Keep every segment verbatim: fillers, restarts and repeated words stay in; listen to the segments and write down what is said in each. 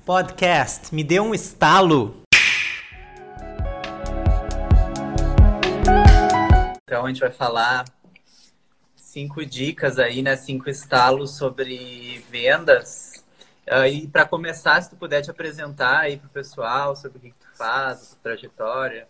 Podcast, me deu um estalo. Então a gente vai falar cinco dicas aí, né? Cinco estalos sobre vendas. Uh, e para começar, se tu puder te apresentar aí pro pessoal sobre o que, que tu faz, a tua trajetória.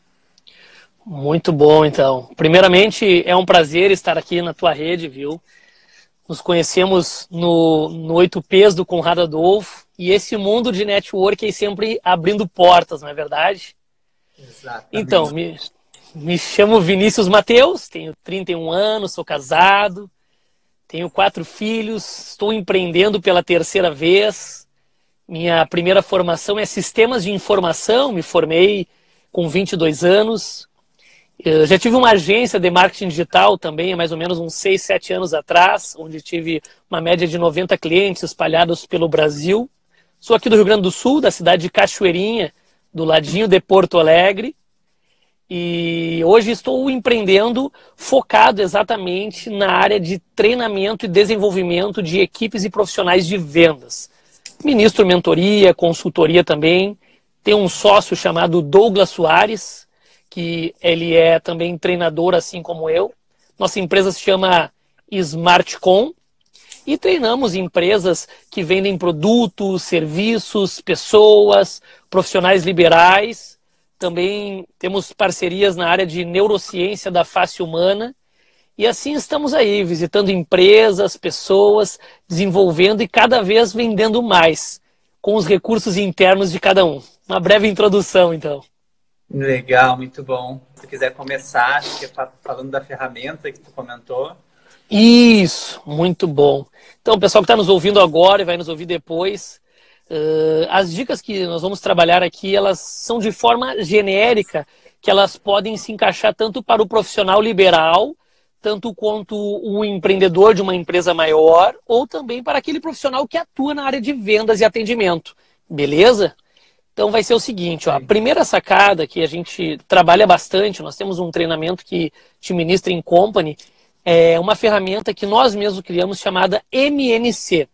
Muito bom, então. Primeiramente, é um prazer estar aqui na tua rede, viu? Nos conhecemos no, no oito P's do Conrado Adolfo e esse mundo de network aí sempre abrindo portas, não é verdade? Exatamente. Então, me, me chamo Vinícius Mateus, tenho trinta e um anos, sou casado, tenho quatro filhos, estou empreendendo pela terceira vez. Minha primeira formação é Sistemas de Informação, me formei com vinte e dois anos. Eu já tive uma agência de marketing digital também, há mais ou menos uns seis, sete anos atrás, onde tive uma média de noventa clientes espalhados pelo Brasil. Sou aqui do Rio Grande do Sul, da cidade de Cachoeirinha, do ladinho de Porto Alegre. E hoje estou empreendendo focado exatamente na área de treinamento e desenvolvimento de equipes e profissionais de vendas. Ministro mentoria, consultoria também. Tenho um sócio chamado Douglas Soares, que ele é também treinador, assim como eu. Nossa empresa se chama Smartcom e treinamos empresas que vendem produtos, serviços, pessoas, profissionais liberais. Também temos parcerias na área de neurociência da face humana. E assim estamos aí, visitando empresas, pessoas, desenvolvendo e cada vez vendendo mais, com os recursos internos de cada um. Uma breve introdução, então. Legal, muito bom. Se tu quiser começar, falando da ferramenta que tu comentou. Isso, muito bom. Então, o pessoal que está nos ouvindo agora e vai nos ouvir depois, uh, as dicas que nós vamos trabalhar aqui, elas são de forma genérica, que elas podem se encaixar tanto para o profissional liberal, tanto quanto o empreendedor de uma empresa maior, ou também para aquele profissional que atua na área de vendas e atendimento. Beleza? Então vai ser o seguinte, ó, a primeira sacada que a gente trabalha bastante, nós temos um treinamento que te ministra em Company, é uma ferramenta que nós mesmos criamos chamada M N C.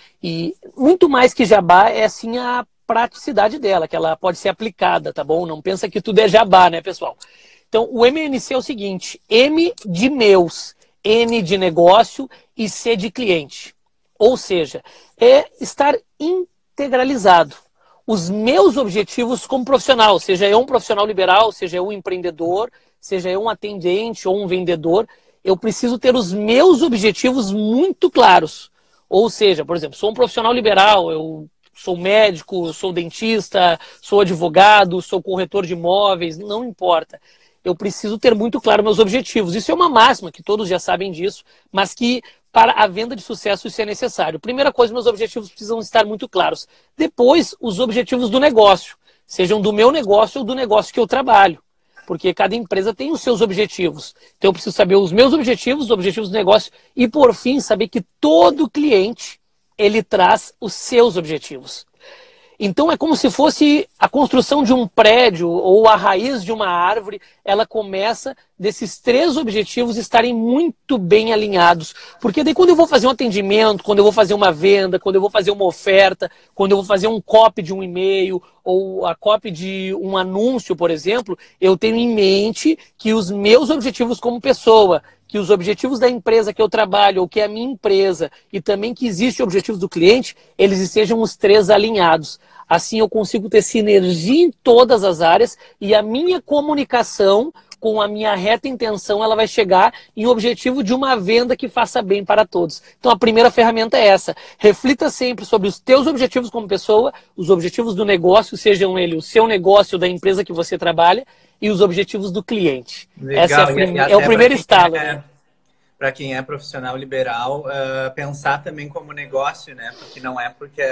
E muito mais que jabá é assim a praticidade dela, que ela pode ser aplicada, tá bom? Não pensa que tudo é jabá, né, pessoal? Então o M N C é o seguinte, M de meus, N de negócio e C de cliente. Ou seja, é estar integralizado. Os meus objetivos como profissional, seja eu um profissional liberal, seja eu um empreendedor, seja eu um atendente ou um vendedor, eu preciso ter os meus objetivos muito claros. Ou seja, por exemplo, sou um profissional liberal, eu sou médico, sou dentista, sou advogado, sou corretor de imóveis, não importa. Eu preciso ter muito claro meus objetivos. Isso é uma máxima, que todos já sabem disso, mas que para a venda de sucesso isso é necessário. Primeira coisa, meus objetivos precisam estar muito claros. Depois, os objetivos do negócio, sejam do meu negócio ou do negócio que eu trabalho. Porque cada empresa tem os seus objetivos. Então eu preciso saber os meus objetivos, os objetivos do negócio e, por fim, saber que todo cliente ele traz os seus objetivos. Então é como se fosse a construção de um prédio ou a raiz de uma árvore, ela começa desses três objetivos estarem muito bem alinhados. Porque daí quando eu vou fazer um atendimento, quando eu vou fazer uma venda, quando eu vou fazer uma oferta, quando eu vou fazer um copy de um e-mail ou a copy de um anúncio, por exemplo, eu tenho em mente que os meus objetivos como pessoa, que os objetivos da empresa que eu trabalho ou que é a minha empresa e também que existem objetivos do cliente, eles estejam os três alinhados. Assim eu consigo ter sinergia em todas as áreas e a minha comunicação com a minha reta intenção, ela vai chegar em objetivo de uma venda que faça bem para todos. Então a primeira ferramenta é essa. Reflita sempre sobre os teus objetivos como pessoa, os objetivos do negócio, sejam ele o seu negócio da empresa que você trabalha, e os objetivos do cliente. Legal. Essa é, a prim... é o primeiro estalo. É, né? Para quem é profissional liberal, uh, pensar também como negócio, né? Porque não é porque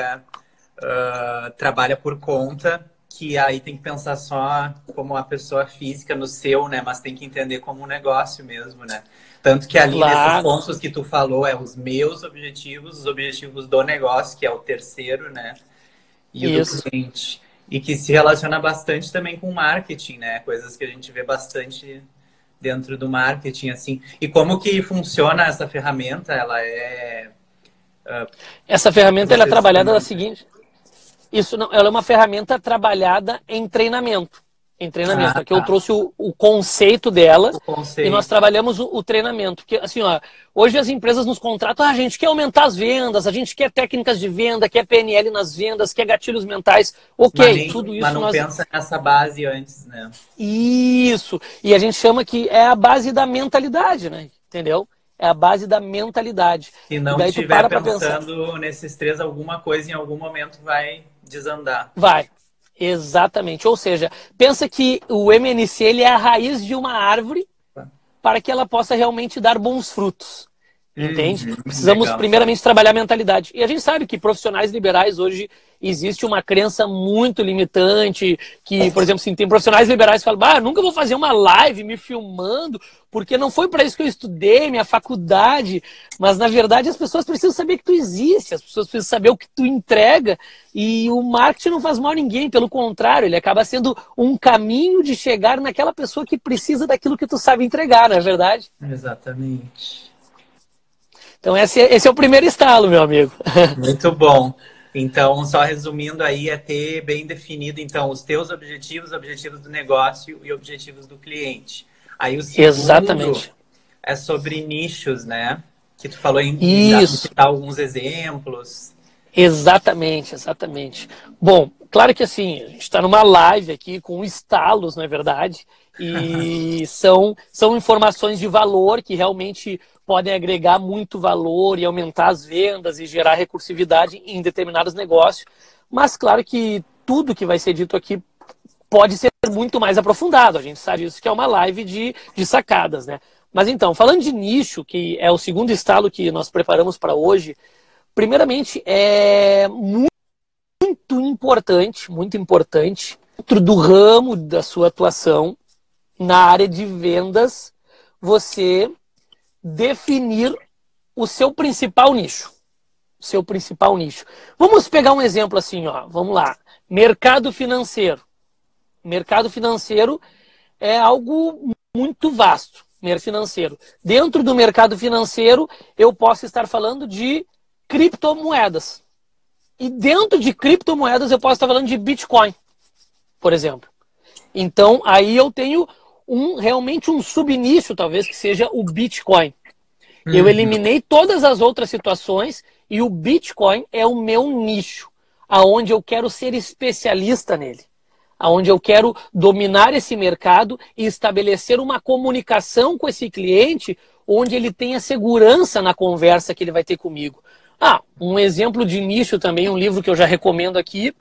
uh, trabalha por conta que aí tem que pensar só como uma pessoa física no seu, né? Mas tem que entender como um negócio mesmo, né? Tanto que ali Claro. Nesses pontos que tu falou, é os meus objetivos, os objetivos do negócio, que é o terceiro, né? E Isso. o do cliente. E que se relaciona bastante também com marketing, né? Coisas que a gente vê bastante dentro do marketing, assim. E como que funciona essa ferramenta? Ela é... Uh, essa ferramenta ela é trabalhada da seguinte... Isso não, ela é uma ferramenta trabalhada em treinamento. Em treinamento. Ah, Aqui eu tá. trouxe o, o conceito dela O e nós conceito. trabalhamos o, o treinamento. Porque, assim, ó, hoje as empresas nos contratam, ah, a gente quer aumentar as vendas, a gente quer técnicas de venda, quer P N L nas vendas, quer gatilhos mentais. Mas, Ok, nem, tudo mas isso não nós. pensa nessa base antes, né? Isso! E a gente chama que é a base da mentalidade, né? Entendeu? É a base da mentalidade. Se E não daí tu estiver para pra pensar. pensando nesses três, alguma coisa em algum momento vai desandar. Vai. Exatamente. Ou seja, pensa que o M N C ele é a raiz de uma árvore para que ela possa realmente dar bons frutos. Entende? Uhum, Precisamos legal. primeiramente trabalhar a mentalidade. E a gente sabe que profissionais liberais hoje existe uma crença muito limitante, que, por exemplo, assim, tem profissionais liberais que falam, ah, nunca vou fazer uma live me filmando, porque não foi para isso que eu estudei, minha faculdade. Mas, na verdade, as pessoas precisam saber que tu existe, as pessoas precisam saber o que tu entrega, e o marketing não faz mal a ninguém, pelo contrário, ele acaba sendo um caminho de chegar naquela pessoa que precisa daquilo que tu sabe entregar, não é verdade? Exatamente. Então esse, é- esse é o primeiro estalo, meu amigo. Muito bom. Então, só resumindo aí, é ter bem definido, então, os teus objetivos, objetivos do negócio e objetivos do cliente. Aí o segundo Exatamente. é sobre nichos, né? Que tu falou em, em dar- em Isso. citar alguns exemplos. Exatamente, exatamente. Bom, claro que assim, a gente está numa live aqui com estalos, não é verdade? E são, são informações de valor que realmente podem agregar muito valor e aumentar as vendas e gerar recursividade em determinados negócios. Mas claro que tudo que vai ser dito aqui pode ser muito mais aprofundado. A gente sabe isso que é uma live de, de sacadas, né? Mas então, falando de nicho, que é o segundo estalo que nós preparamos para hoje, primeiramente, é muito importante, muito importante, dentro do ramo da sua atuação, na área de vendas, você definir o seu principal nicho. O seu principal nicho. Vamos pegar um exemplo assim, ó. Vamos lá. Mercado financeiro. Mercado financeiro é algo muito vasto. Mercado financeiro. Dentro do mercado financeiro, eu posso estar falando de criptomoedas. E dentro de criptomoedas eu posso estar falando de Bitcoin, por exemplo. Então, aí eu tenho um, realmente um subnicho, talvez, que seja o Bitcoin. Eu Uhum. eliminei todas as outras situações e o Bitcoin é o meu nicho, aonde eu quero ser especialista nele, aonde eu quero dominar esse mercado e estabelecer uma comunicação com esse cliente, onde ele tenha segurança na conversa que ele vai ter comigo. Ah, um exemplo de nicho também, um livro que eu já recomendo aqui,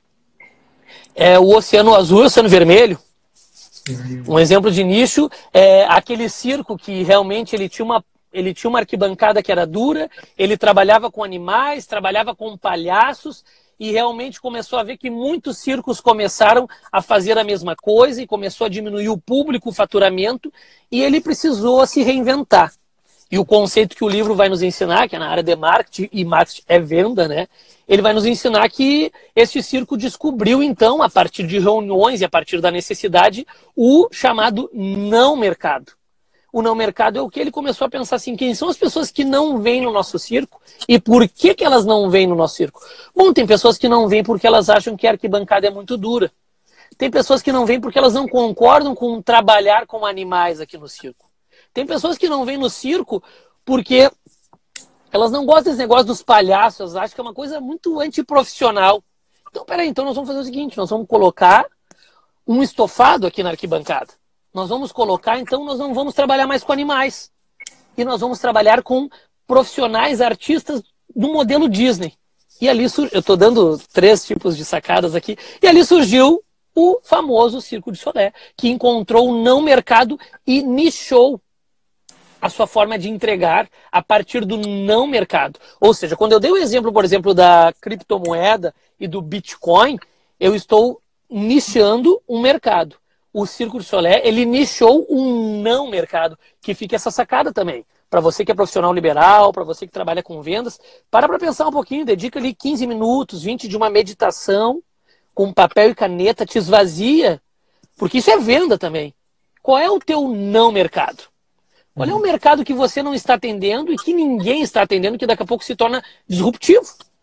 é O Oceano Azul e o Oceano Vermelho. Um exemplo de nicho é aquele circo que realmente ele tinha uma, ele tinha uma arquibancada que era dura, ele trabalhava com animais, trabalhava com palhaços, e realmente começou a ver que muitos circos começaram a fazer a mesma coisa e começou a diminuir o público, o faturamento, e ele precisou se reinventar. E o conceito que o livro vai nos ensinar, que é na área de marketing, e marketing é venda, né? Ele vai nos ensinar que esse circo descobriu, então, a partir de reuniões e a partir da necessidade, o chamado não mercado. O não mercado é o que ele começou a pensar assim, quem são as pessoas que não vêm no nosso circo e por que, que elas não vêm no nosso circo? Bom, tem pessoas que não vêm porque elas acham que a arquibancada é muito dura. Tem pessoas que não vêm porque elas não concordam com trabalhar com animais aqui no circo. Tem pessoas que não vêm no circo porque elas não gostam desse negócio dos palhaços, acham que é uma coisa muito antiprofissional. Então, peraí, então nós vamos fazer o seguinte, nós vamos colocar um estofado aqui na arquibancada. Nós vamos colocar, então nós não vamos trabalhar mais com animais. E nós vamos trabalhar com profissionais, artistas do modelo Disney. E ali, eu estou dando três tipos de sacadas aqui, e ali surgiu o famoso Circo de Solé, que encontrou o não mercado e nichou a sua forma de entregar a partir do não mercado. Ou seja, quando eu dei o exemplo, por exemplo, da criptomoeda e do Bitcoin, eu estou nichando um mercado. O Circo de Solé, ele nichou um não mercado, que fica essa sacada também. Para você que é profissional liberal, para você que trabalha com vendas, para para pensar um pouquinho, dedica ali quinze minutos, vinte de uma meditação, com papel e caneta, te esvazia, porque isso é venda também. Qual é o teu não mercado? Qual é o mercado que você não está atendendo e que ninguém está atendendo, que daqui a pouco se torna disruptivo?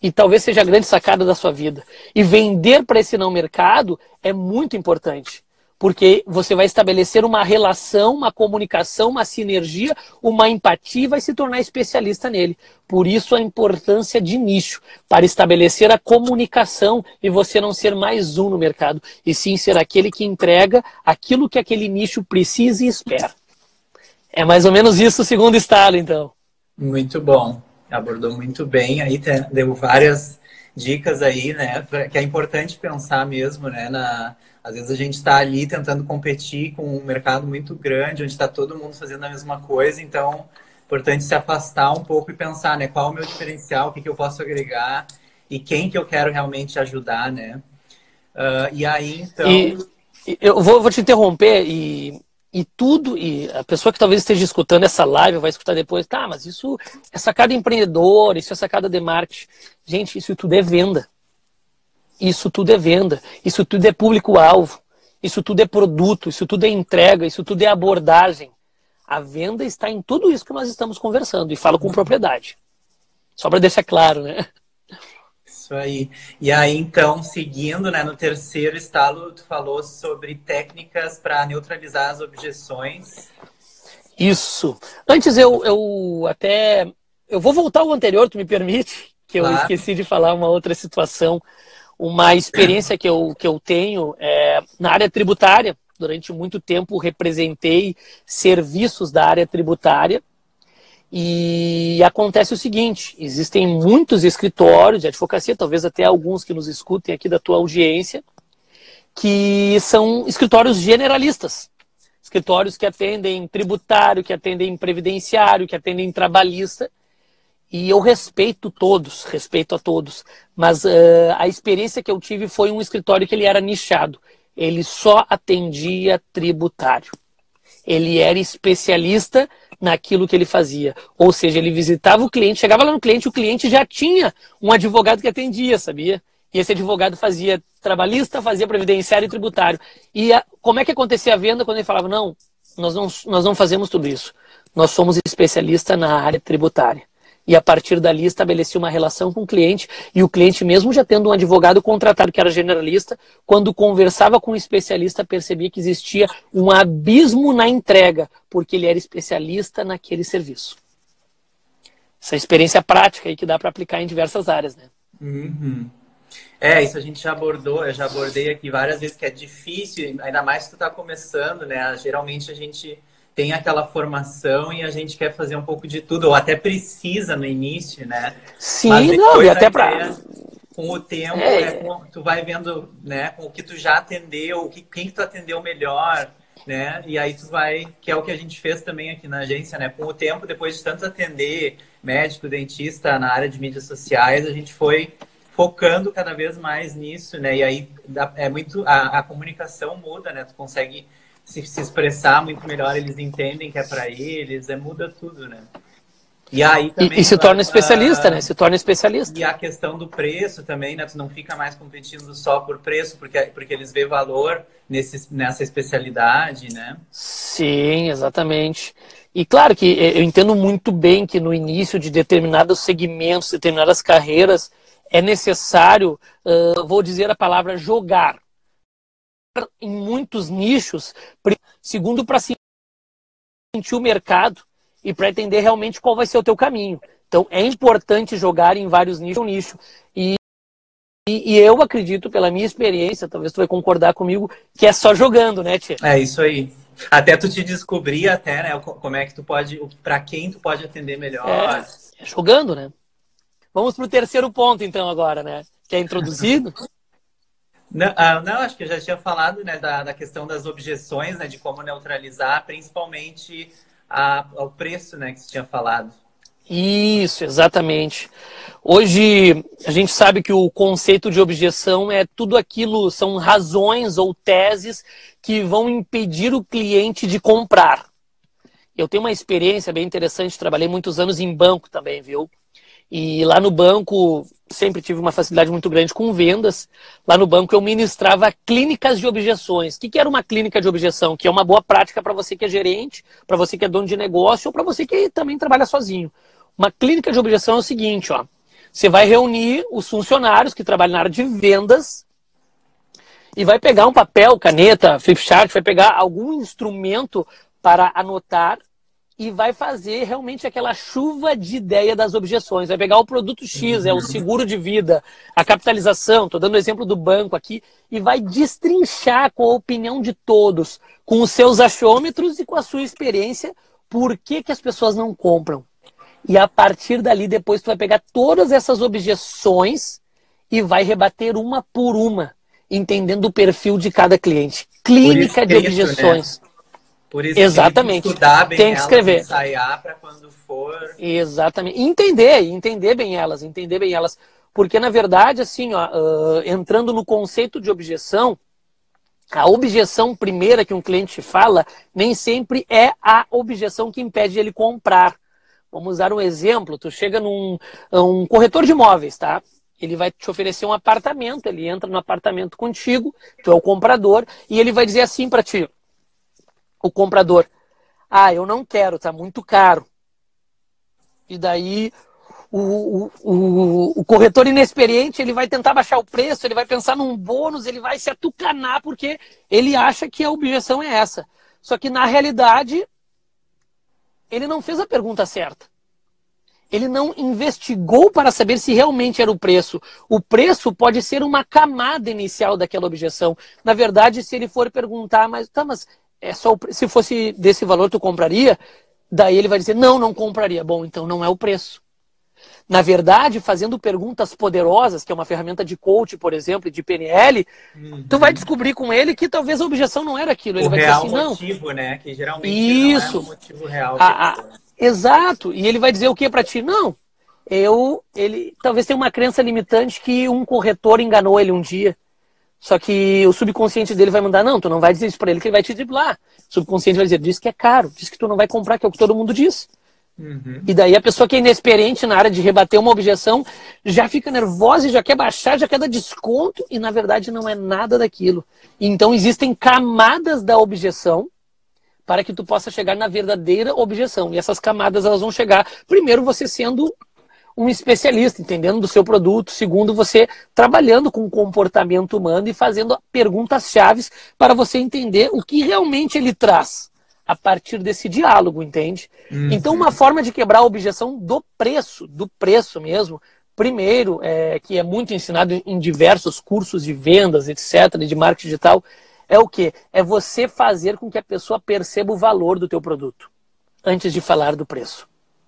e talvez seja a grande sacada da sua vida. E vender para esse não mercado é muito importante, porque você vai estabelecer uma relação, uma comunicação, uma sinergia, uma empatia e vai se tornar especialista nele. Por isso a importância de nicho, para estabelecer a comunicação e você não ser mais um no mercado, e sim ser aquele que entrega aquilo que aquele nicho precisa e espera. É mais ou menos isso o segundo estado, então. Muito bom. Abordou muito bem. Aí deu várias dicas aí, né? Que é importante pensar mesmo, né? Na... Às vezes a gente está ali tentando competir com um mercado muito grande, onde está todo mundo fazendo a mesma coisa. Então, é importante se afastar um pouco e pensar, né? Qual é o meu diferencial, o que, que eu posso agregar e quem que eu quero realmente ajudar, né? Uh, e aí, então... E, eu vou, vou te interromper e... E tudo, e a pessoa que talvez esteja escutando essa live vai escutar depois, tá, mas isso é sacada empreendedor, isso é sacada de marketing. Gente, isso tudo é venda. Isso tudo é venda. Isso tudo é público-alvo. Isso tudo é produto. Isso tudo é entrega. Isso tudo é abordagem. A venda está em tudo isso que nós estamos conversando. E falo com propriedade. Só para deixar claro, né? Isso aí. E aí, então, seguindo, né, no terceiro estalo, tu falou sobre técnicas para neutralizar as objeções. Isso. Antes eu, eu até... Eu vou voltar ao anterior, tu me permite? Que eu Claro. esqueci de falar uma outra situação. Uma experiência que eu, que eu tenho é, na área tributária. Durante muito tempo representei serviços da área tributária. E acontece o seguinte, existem muitos escritórios de advocacia, talvez até alguns que nos escutem aqui da tua audiência, que são escritórios generalistas. Escritórios que atendem tributário, que atendem previdenciário, que atendem trabalhista. E eu respeito todos, respeito a todos. Mas uh, a experiência que eu tive foi um escritório que ele era nichado. Ele só atendia tributário. Ele era especialista naquilo que ele fazia. Ou seja, ele visitava o cliente, chegava lá no cliente, o cliente já tinha um advogado que atendia, sabia? E esse advogado fazia trabalhista, fazia previdenciário e tributário. E a, como é que acontecia a venda quando ele falava, não, nós não, nós não fazemos tudo isso. Nós somos especialistas na área tributária. E a partir dali estabelecia uma relação com o cliente, e o cliente, mesmo já tendo um advogado contratado que era generalista, quando conversava com um especialista, percebia que existia um abismo na entrega, porque ele era especialista naquele serviço. Essa experiência prática aí que dá para aplicar em diversas áreas, né? Uhum. É, isso a gente já abordou, eu já abordei aqui várias vezes, que é difícil, ainda mais se tu tá começando, né? Geralmente a gente tem aquela formação e a gente quer fazer um pouco de tudo, ou até precisa no início, né? Sim, Mas não, e até para... Com o tempo, é... é, com, tu vai vendo, né, com o que tu já atendeu, o que, quem que tu atendeu melhor, né? E aí tu vai, que é o que a gente fez também aqui na agência, né? Com o tempo, depois de tanto atender médico, dentista na área de mídias sociais, a gente foi focando cada vez mais nisso, né? E aí é muito, a, a comunicação muda, né? Tu consegue Se, se expressar muito melhor, eles entendem que é para eles, é, muda tudo, né? E aí também... E, e se torna especialista, né? Se torna especialista. E a questão do preço também, né? Tu não fica mais competindo só por preço, porque, porque eles vêem valor nesse, nessa especialidade, né? Sim, exatamente. E claro que eu entendo muito bem que no início de determinados segmentos, determinadas carreiras, é necessário, uh, vou dizer a palavra jogar. Em muitos nichos, segundo para sentir o mercado e para entender realmente qual vai ser o teu caminho. Então é importante jogar em vários nichos, nicho. E, e, e eu acredito, pela minha experiência, talvez tu vai concordar comigo, que é só jogando, né, Tia? É isso aí. Até tu te descobrir até, né, como é que tu pode, para quem tu pode atender melhor. É, é jogando, né? Vamos para o terceiro ponto, então, agora, né? Que é introduzido. Não, ah, não, acho que eu já tinha falado, né, da, da questão das objeções, né, de como neutralizar, principalmente a, ao preço, né, que você tinha falado. Isso, exatamente. Hoje a gente sabe que o conceito de objeção é tudo aquilo, são razões ou teses que vão impedir o cliente de comprar. Eu tenho uma experiência bem interessante, trabalhei muitos anos em banco também, viu? E lá no banco, sempre tive uma facilidade muito grande com vendas. Lá no banco eu ministrava clínicas de objeções. O que era uma clínica de objeção? Que é uma boa prática para você que é gerente, para você que é dono de negócio ou para você que também trabalha sozinho. Uma clínica de objeção é o seguinte, ó. Você vai reunir os funcionários que trabalham na área de vendas e vai pegar um papel, caneta, flipchart, vai pegar algum instrumento para anotar e vai fazer realmente aquela chuva de ideia das objeções. Vai pegar o produto X, é o seguro de vida, a capitalização, estou dando o exemplo do banco aqui, e vai destrinchar com a opinião de todos, com os seus achômetros e com a sua experiência, por que, que as pessoas não compram. E a partir dali, depois tu vai pegar todas essas objeções e vai rebater uma por uma, entendendo o perfil de cada cliente. Clínica de objeções. Né? Por isso exatamente. Tem que estudar bem tem que elas, escrever. Ensaiar para quando for... Exatamente. E entender, entender bem elas, entender bem elas. Porque, na verdade, assim, ó, uh, entrando no conceito de objeção, a objeção primeira que um cliente fala nem sempre é a objeção que impede ele comprar. Vamos usar um exemplo. Tu chega num um corretor de imóveis, tá? Ele vai te oferecer um apartamento, ele entra no apartamento contigo, tu é o comprador, e ele vai dizer assim para ti, o comprador, ah, eu não quero, tá muito caro. E daí o, o, o, o corretor inexperiente, ele vai tentar baixar o preço, ele vai pensar num bônus, ele vai se atucanar porque ele acha que a objeção é essa. Só que na realidade, ele não fez a pergunta certa. Ele não investigou para saber se realmente era o preço. O preço pode ser uma camada inicial daquela objeção. Na verdade, se ele for perguntar, mas tá, mas é só o, se fosse desse valor tu compraria? Daí ele vai dizer, não, não compraria. Bom, então não é o preço. Na verdade, fazendo perguntas poderosas, que é uma ferramenta de coach, por exemplo, de P N L, uhum. tu vai descobrir com ele que talvez a objeção não era aquilo. Ele o vai real dizer assim, motivo, não. né? Que geralmente Isso. não é o motivo real. A, a, exato. E ele vai dizer o que para ti? Não. Eu, ele, talvez tenha uma crença limitante que um corretor enganou ele um dia. Só que o subconsciente dele vai mandar, não, tu não vai dizer isso pra ele, que ele vai te driblar. O subconsciente vai dizer, diz que é caro, diz que tu não vai comprar, que é o que todo mundo diz. Uhum. E daí a pessoa que é inexperiente na área de rebater uma objeção já fica nervosa e já quer baixar, já quer dar desconto, e na verdade não é nada daquilo. Então existem camadas da objeção para que tu possa chegar na verdadeira objeção. E essas camadas elas vão chegar, primeiro você sendo um especialista, entendendo do seu produto. Segundo, você trabalhando com o comportamento humano e fazendo perguntas chaves para você entender o que realmente ele traz a partir desse diálogo, entende? Uhum. Então, uma forma de quebrar a objeção do preço, do preço mesmo, primeiro, é, que é muito ensinado em diversos cursos de vendas, etcétera, de marketing digital, é o quê? É você fazer com que a pessoa perceba o valor do teu produto, antes de falar do preço.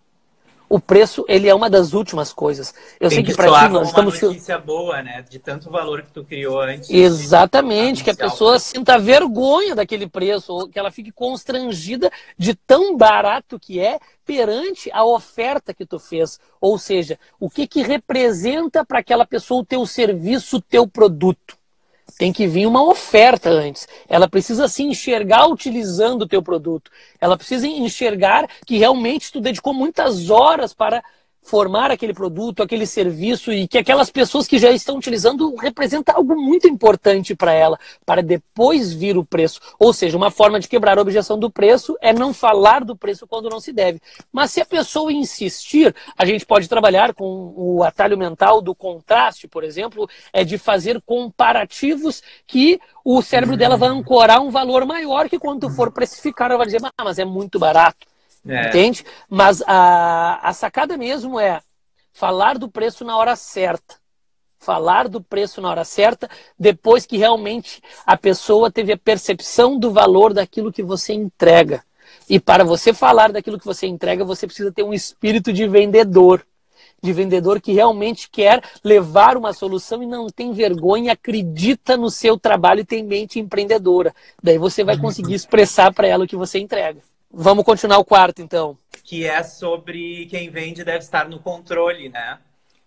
O preço, ele é uma das últimas coisas. Eu Tem sei que, que para ti nós estamos... uma notícia boa, né? De tanto valor que tu criou antes. Exatamente, que a pessoa sinta vergonha daquele preço, ou que ela fique constrangida de tão barato que é perante a oferta que tu fez. Ou seja, o que que representa para aquela pessoa o teu serviço, o teu produto. Tem que vir uma oferta antes. Ela precisa se enxergar utilizando o teu produto. Ela precisa enxergar que realmente tu dedicou muitas horas para formar aquele produto, aquele serviço, e que aquelas pessoas que já estão utilizando representa algo muito importante para ela, para depois vir o preço. Ou seja, uma forma de quebrar a objeção do preço é não falar do preço quando não se deve. Mas se a pessoa insistir, a gente pode trabalhar com o atalho mental do contraste, por exemplo, é de fazer comparativos que o cérebro dela vai ancorar um valor maior, que quando tu for precificar, ela vai dizer, ah, mas é muito barato. É. Entende? Mas a, a sacada mesmo é falar do preço na hora certa. Falar do preço na hora certa, depois que realmente a pessoa teve a percepção do valor daquilo que você entrega. E para você falar daquilo que você entrega, você precisa ter um espírito de vendedor. De vendedor que realmente quer levar uma solução e não tem vergonha, acredita no seu trabalho e tem mente empreendedora. Daí você vai conseguir expressar para ela o que você entrega. Vamos continuar o quarto, então. Que é sobre quem vende deve estar no controle, né?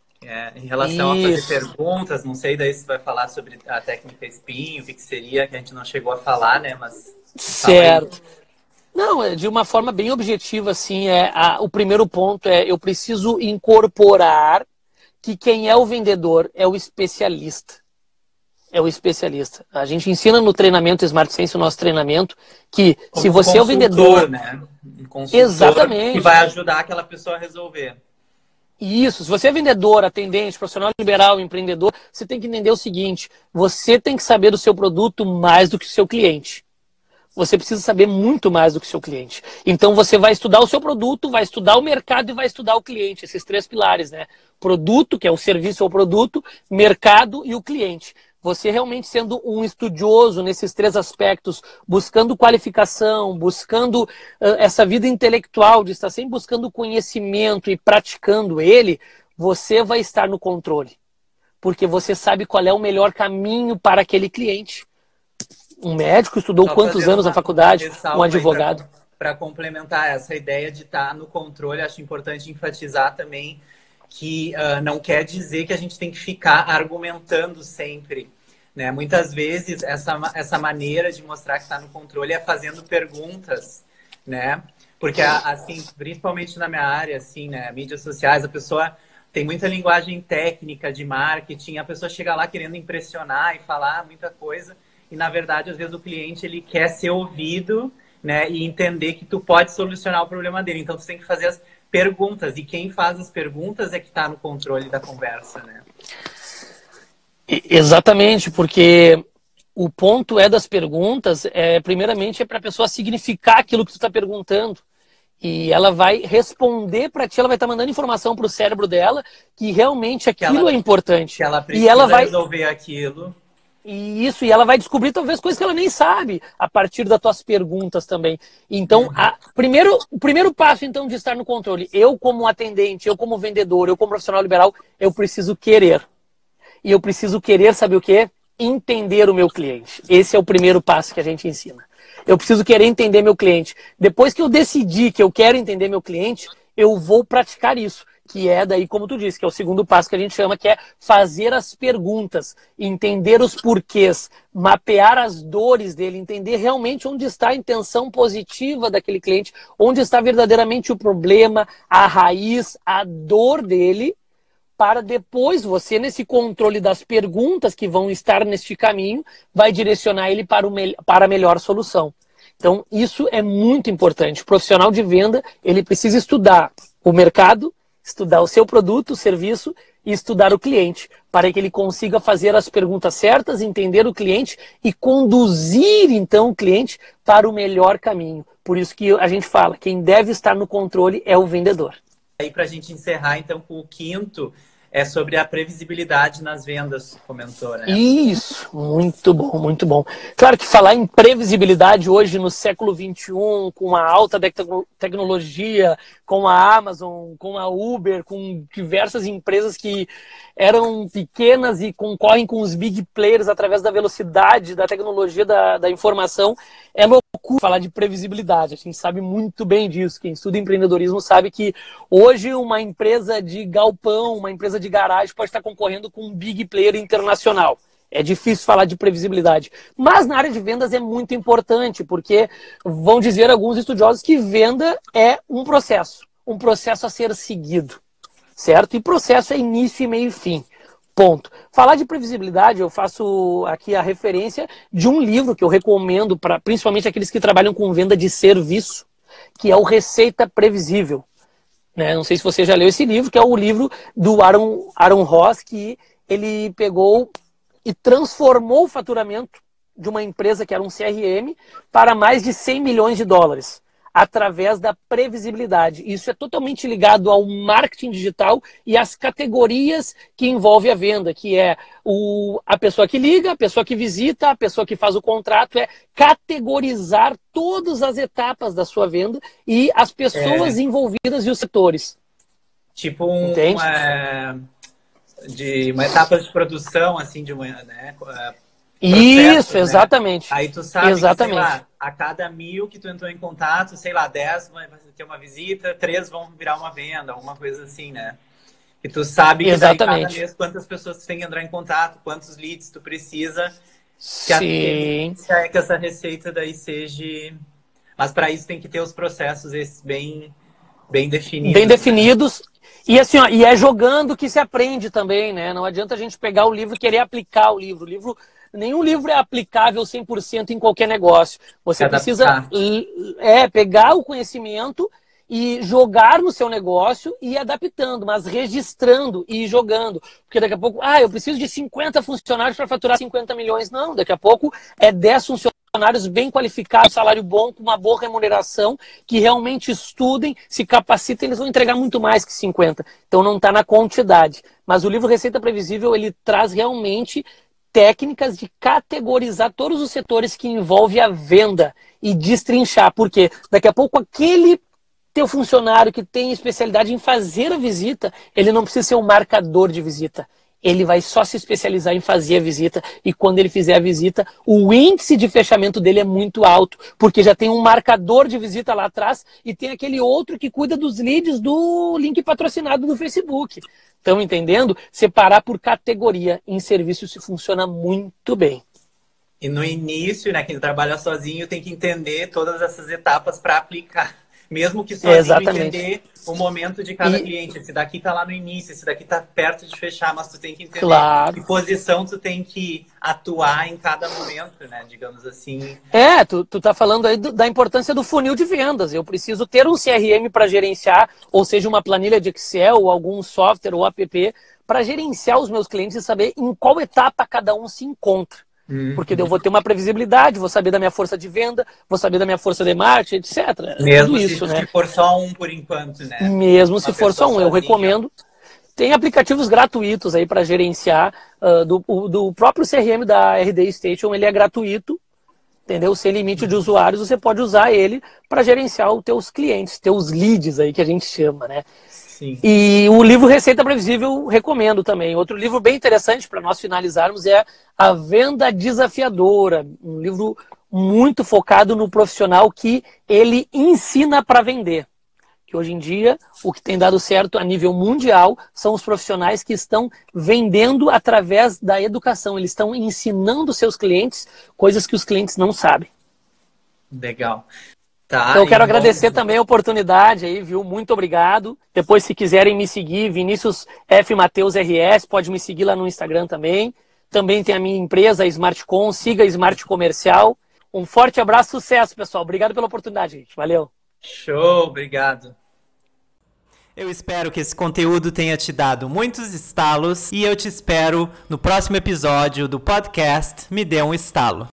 É, em relação Isso. a fazer perguntas, não sei daí se vai falar sobre a técnica espinho, o que, que seria, que a gente não chegou a falar, né? Mas certo. Não, de uma forma bem objetiva, assim, é, a, o primeiro ponto é eu preciso incorporar que quem é o vendedor é o especialista. É o especialista. A gente ensina no treinamento Smart Sense, o nosso treinamento, que como se você é o vendedor... né? Um consultor exatamente. que vai ajudar aquela pessoa a resolver. Isso, se você é vendedor, atendente, profissional liberal, empreendedor, você tem que entender o seguinte, você tem que saber do seu produto mais do que o seu cliente. Você precisa saber muito mais do que o seu cliente. Então você vai estudar o seu produto, vai estudar o mercado e vai estudar o cliente, esses três pilares, né? Produto, que é o serviço ou produto, mercado e o cliente. Você realmente sendo um estudioso nesses três aspectos, buscando qualificação, buscando uh, essa vida intelectual, de estar sempre buscando conhecimento e praticando ele, você vai estar no controle. Porque você sabe qual é o melhor caminho para aquele cliente. Um médico estudou Só quantos anos uma, na faculdade? Um uma advogado. Para complementar essa ideia de estar no controle, acho importante enfatizar também que uh, não quer dizer que a gente tem que ficar argumentando sempre. Né? Muitas vezes, essa, essa maneira de mostrar que está no controle é fazendo perguntas. Né? Porque, assim, principalmente na minha área, assim, né, mídias sociais, a pessoa tem muita linguagem técnica de marketing, a pessoa chega lá querendo impressionar e falar muita coisa. E, na verdade, às vezes o cliente ele quer ser ouvido, né, e entender que tu pode solucionar o problema dele. Então, tu tem que fazer as perguntas. E quem faz as perguntas é que está no controle da conversa, né? Exatamente, porque o ponto é das perguntas, é, primeiramente, é para a pessoa significar aquilo que tu está perguntando. E ela vai responder para ti, ela vai estar tá mandando informação para o cérebro dela que realmente aquilo que ela, é importante. Que ela precisa e ela vai resolver aquilo. E isso, e ela vai descobrir talvez coisas que ela nem sabe a partir das tuas perguntas também. Então, uhum. a, primeiro, o primeiro passo, então, de estar no controle, eu como atendente, eu como vendedor, eu como profissional liberal, eu preciso querer. E eu preciso querer, sabe o quê? Entender o meu cliente. Esse é o primeiro passo que a gente ensina. Eu preciso querer entender meu cliente. Depois que eu decidi que eu quero entender meu cliente, eu vou praticar isso. Que é daí, como tu disse, que é o segundo passo que a gente chama, que é fazer as perguntas, entender os porquês, mapear as dores dele, entender realmente onde está a intenção positiva daquele cliente, onde está verdadeiramente o problema, a raiz, a dor dele, para depois você, nesse controle das perguntas que vão estar neste caminho, vai direcionar ele para, o para a melhor solução. Então, isso é muito importante. O profissional de venda, ele precisa estudar o mercado, estudar o seu produto, o serviço e estudar o cliente, para que ele consiga fazer as perguntas certas, entender o cliente e conduzir, então, o cliente para o melhor caminho. Por isso que a gente fala, quem deve estar no controle é o vendedor. Aí, para a gente encerrar, então, com o quinto, é sobre a previsibilidade nas vendas, comentou, né? Isso, muito bom, muito bom. Claro que falar em previsibilidade hoje no século vinte e um, com a alta tecnologia, com a Amazon, com a Uber, com diversas empresas que eram pequenas e concorrem com os big players através da velocidade, da tecnologia, da, da informação, é loucura falar de previsibilidade. A gente sabe muito bem disso. Quem estuda empreendedorismo sabe que hoje uma empresa de galpão, uma empresa de garagem pode estar concorrendo com um big player internacional. É difícil falar de previsibilidade. Mas na área de vendas é muito importante, porque vão dizer alguns estudiosos que venda é um processo. Um processo a ser seguido. Certo? E processo é início, meio e fim. Ponto. Falar de previsibilidade, eu faço aqui a referência de um livro que eu recomendo para principalmente aqueles que trabalham com venda de serviço, que é o Receita Previsível. Né? Não sei se você já leu esse livro, que é o livro do Aaron, Aaron Ross, que ele pegou e transformou o faturamento de uma empresa que era um C R M para mais de cem milhões de dólares. Através da previsibilidade. Isso é totalmente ligado ao marketing digital e às categorias que envolve a venda, que é o, a pessoa que liga, a pessoa que visita, a pessoa que faz o contrato, é categorizar todas as etapas da sua venda e as pessoas é. envolvidas e os setores. Tipo um, uma, de uma etapa de produção, assim, de uma, né? Isso, exatamente. Né? Aí tu sabe exatamente. que, sei lá, a cada mil que tu entrou em contato, sei lá, dez vai ter uma visita, três vão virar uma venda, alguma coisa assim, né? E tu sabe que daí cada mês quantas pessoas tu tem que entrar em contato, quantos leads tu precisa. Que Sim. A é que essa receita daí seja... Mas para isso tem que ter os processos esses bem, bem definidos. Bem definidos. Né? E assim, ó, e é jogando que se aprende também, né? Não adianta a gente pegar o livro e querer aplicar o livro. O livro... Nenhum livro é aplicável cem por cento em qualquer negócio. Você precisa é, pegar o conhecimento e jogar no seu negócio e ir adaptando, mas registrando e ir jogando. Porque daqui a pouco, ah, eu preciso de cinquenta funcionários para faturar cinquenta milhões. Não, daqui a pouco é dez funcionários bem qualificados, salário bom, com uma boa remuneração, que realmente estudem, se capacitem, eles vão entregar muito mais que cinquenta. Então não está na quantidade. Mas o livro Receita Previsível, ele traz realmente técnicas de categorizar todos os setores que envolvem a venda e destrinchar. Porque daqui a pouco aquele teu funcionário que tem especialidade em fazer a visita, ele não precisa ser um marcador de visita. Ele vai só se especializar em fazer a visita, e quando ele fizer a visita, o índice de fechamento dele é muito alto, porque já tem um marcador de visita lá atrás e tem aquele outro que cuida dos leads do link patrocinado do Facebook. Estão entendendo? Separar por categoria em serviço, isso funciona muito bem. E no início, né, quem trabalha sozinho tem que entender todas essas etapas para aplicar. Mesmo que sozinho, Exatamente. Entender o momento de cada e... cliente. Esse daqui tá lá no início, esse daqui tá perto de fechar, mas tu tem que entender claro. que posição tu tem que atuar em cada momento, né? Digamos assim. É, tu, tu tá falando aí do, da importância do funil de vendas. Eu preciso ter um C R M para gerenciar, ou seja, uma planilha de Excel, ou algum software ou app, para gerenciar os meus clientes e saber em qual etapa cada um se encontra. Porque eu vou ter uma previsibilidade, vou saber da minha força de venda, vou saber da minha força de marketing, etcétera. Mesmo Tudo se, isso, né? se for só um por enquanto, né? Mesmo se for só um, eu sozinha. recomendo. Tem aplicativos gratuitos aí para gerenciar, uh, do, o, do próprio C R M da R D Station, ele é gratuito, entendeu? Sem limite de usuários, você pode usar ele para gerenciar os teus clientes, teus leads aí que a gente chama, né? Sim. E o livro Receita Previsível recomendo também. Outro livro bem interessante para nós finalizarmos é A Venda Desafiadora, um livro muito focado no profissional que ele ensina para vender. Que hoje em dia, o que tem dado certo a nível mundial são os profissionais que estão vendendo através da educação. Eles estão ensinando seus clientes coisas que os clientes não sabem. Legal. Tá, então eu quero então... agradecer também a oportunidade aí, viu? Muito obrigado. Depois, se quiserem me seguir, Vinícius F. Mateus R S, pode me seguir lá no Instagram também. Também tem a minha empresa, a Smartcom, siga a Smart Comercial. Um forte abraço, sucesso, pessoal. Obrigado pela oportunidade, gente. Valeu. Show, obrigado. Eu espero que esse conteúdo tenha te dado muitos estalos e eu te espero no próximo episódio do podcast Me Dê um Estalo.